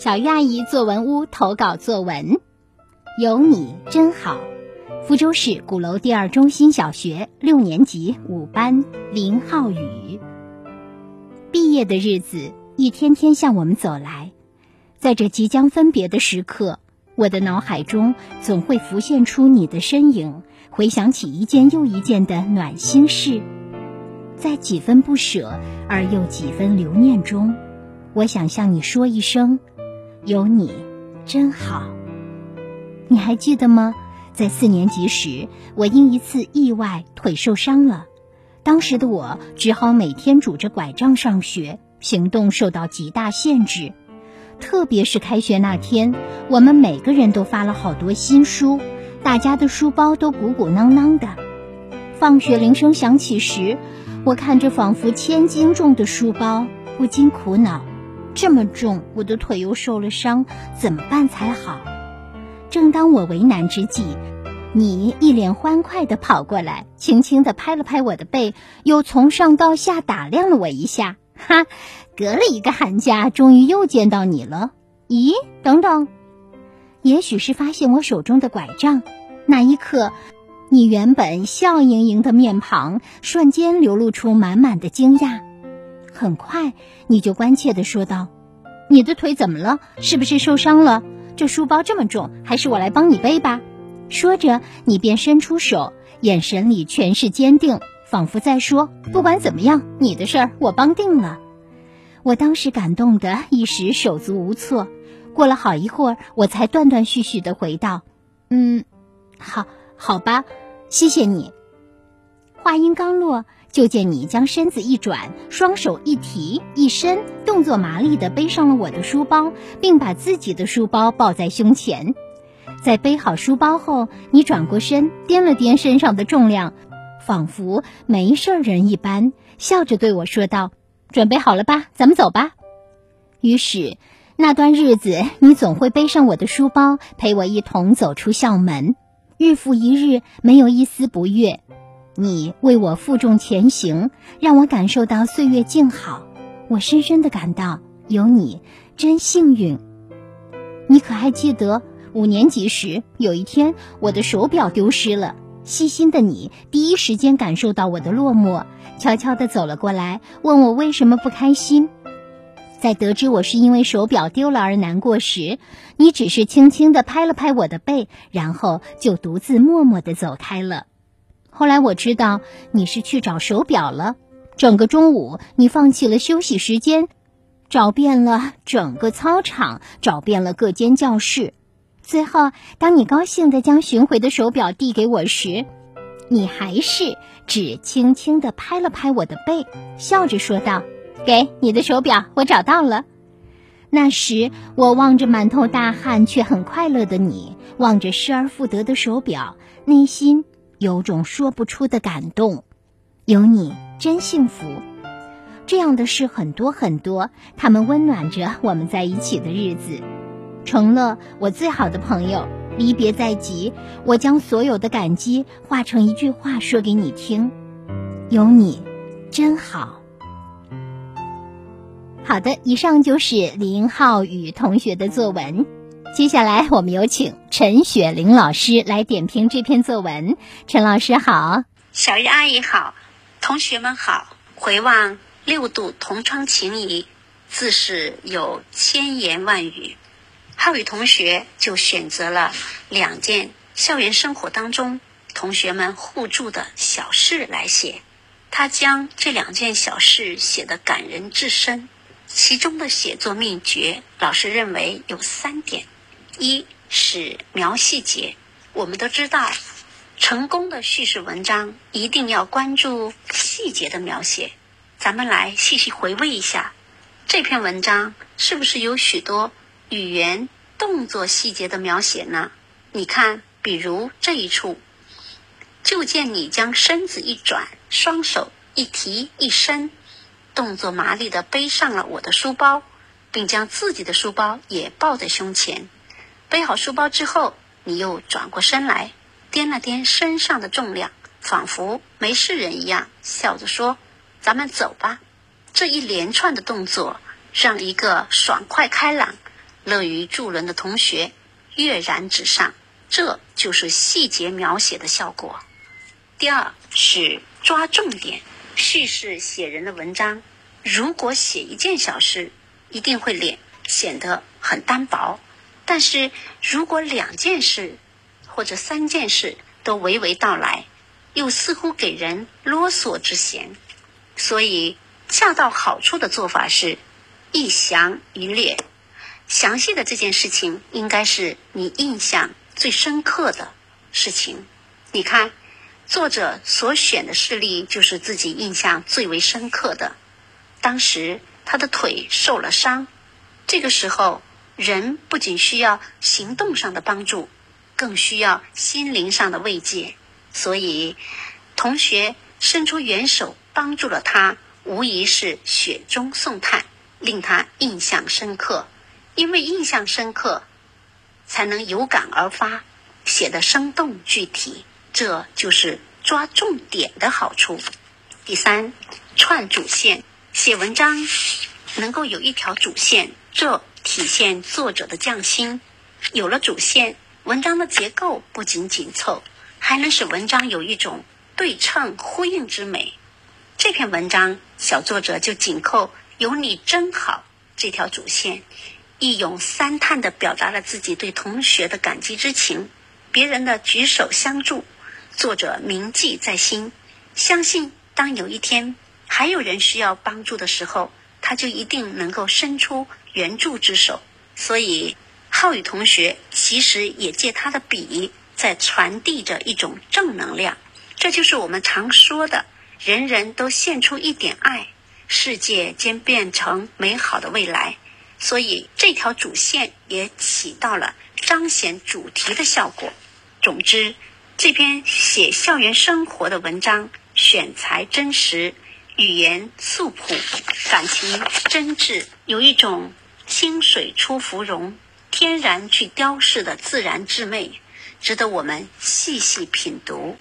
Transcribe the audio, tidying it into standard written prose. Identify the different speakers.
Speaker 1: 小鱼阿姨作文屋投稿作文，有你真好。福州市鼓楼第二中心小学6年级5班林浩宇。毕业的日子一天天向我们走来，在这即将分别的时刻，我的脑海中总会浮现出你的身影，回想起一件又一件的暖心事。在几分不舍而又几分留念中，我想向你说一声，有你真好。你还记得吗？在4年级时，我因一次意外腿受伤了，当时的我只好每天拄着拐杖上学，行动受到极大限制。特别是开学那天，我们每个人都发了好多新书，大家的书包都鼓鼓囊囊的。放学铃声响起时，我看着仿佛1000斤重的书包，不禁苦恼，这么重，我的腿又受了伤，怎么办才好？正当我为难之际，你一脸欢快地跑过来，轻轻地拍了拍我的背，又从上到下打量了我一下。哈，隔了一个寒假，终于又见到你了。咦，等等，也许是发现我手中的拐杖，那一刻，你原本笑盈盈的面庞瞬间流露出满满的惊讶。很快，你就关切地说道：“你的腿怎么了？是不是受伤了？这书包这么重，还是我来帮你背吧。”说着，你便伸出手，眼神里全是坚定，仿佛在说：“不管怎么样，你的事儿我帮定了。”我当时感动得一时手足无措，过了好一会儿，我才断断续续地回道：“好吧，谢谢你。”话音刚落，就见你将身子一转，双手一提一伸，动作麻利地背上了我的书包，并把自己的书包抱在胸前。在背好书包后，你转过身，掂了掂身上的重量，仿佛没事人一般，笑着对我说道：“准备好了吧，咱们走吧。”于是那段日子，你总会背上我的书包，陪我一同走出校门，日复一日，没有一丝不悦。你为我负重前行，让我感受到岁月静好。我深深地感到，有你真幸运。你可还记得5年级时，有一天我的手表丢失了，细心的你第一时间感受到我的落寞，悄悄地走了过来，问我为什么不开心。在得知我是因为手表丢了而难过时，你只是轻轻地拍了拍我的背，然后就独自默默地走开了。后来我知道你是去找手表了，整个中午你放弃了休息时间，找遍了整个操场，找遍了各间教室。最后，当你高兴地将寻回的手表递给我时，你还是只轻轻地拍了拍我的背，笑着说道：“给你的手表，我找到了。”那时我望着满头大汗却很快乐的你，望着失而复得的手表，内心有种说不出的感动。有你真幸福。这样的事很多很多，它们温暖着我们在一起的日子。成了我最好的朋友，离别在即，我将所有的感激化成一句话说给你听：有你真好。好的，以上就是林浩宇同学的作文。接下来我们有请陈雪玲老师来点评这篇作文。陈老师好。
Speaker 2: 小鱼阿姨好，同学们好。回望6度同窗情谊，自是有千言万语。浩宇同学就选择了2件校园生活当中同学们互助的小事来写。他将这2件小事写得感人至深。其中的写作秘诀，老师认为有3点。一是描细节。我们都知道，成功的叙事文章一定要关注细节的描写。咱们来细细回味一下，这篇文章是不是有许多语言动作细节的描写呢？你看，比如这一处，就见你将身子一转，双手一提一伸，动作麻利地背上了我的书包，并将自己的书包也抱在胸前。背好书包之后，你又转过身来，掂了掂身上的重量，仿佛没事人一样，笑着说：“咱们走吧。”这一连串的动作，让一个爽快开朗、 乐于助人的同学跃然纸上，这就是细节描写的效果。第二是抓重点。叙事写人的文章，如果写一件小事，一定会显得很单薄，但是如果2件事或者3件事都娓娓道来，又似乎给人啰嗦之嫌。所以恰到好处的做法是一详一略。详细的这件事情应该是你印象最深刻的事情。你看，作者所选的事例就是自己印象最为深刻的。当时他的腿受了伤，这个时候人不仅需要行动上的帮助，更需要心灵上的慰藉。所以同学伸出援手帮助了他，无疑是雪中送炭，令他印象深刻。因为印象深刻，才能有感而发，写得生动具体，这就是抓重点的好处。第三，串主线。写文章能够有一条主线，这体现作者的匠心。有了主线，文章的结构不仅紧凑，还能使文章有一种对称呼应之美。这篇文章小作者就紧扣有你真好这条主线，一咏三叹地表达了自己对同学的感激之情，别人的举手相助，作者铭记在心，相信当有一天还有人需要帮助的时候，他就一定能够伸出援助之手。所以浩宇同学其实也借他的笔在传递着一种正能量，这就是我们常说的人人都献出一点爱，世界将变成美好的未来。所以这条主线也起到了彰显主题的效果。总之，这篇写校园生活的文章选材真实，语言素朴，感情真挚，有一种清水出芙蓉，天然去雕饰的自然之魅，值得我们细细品读。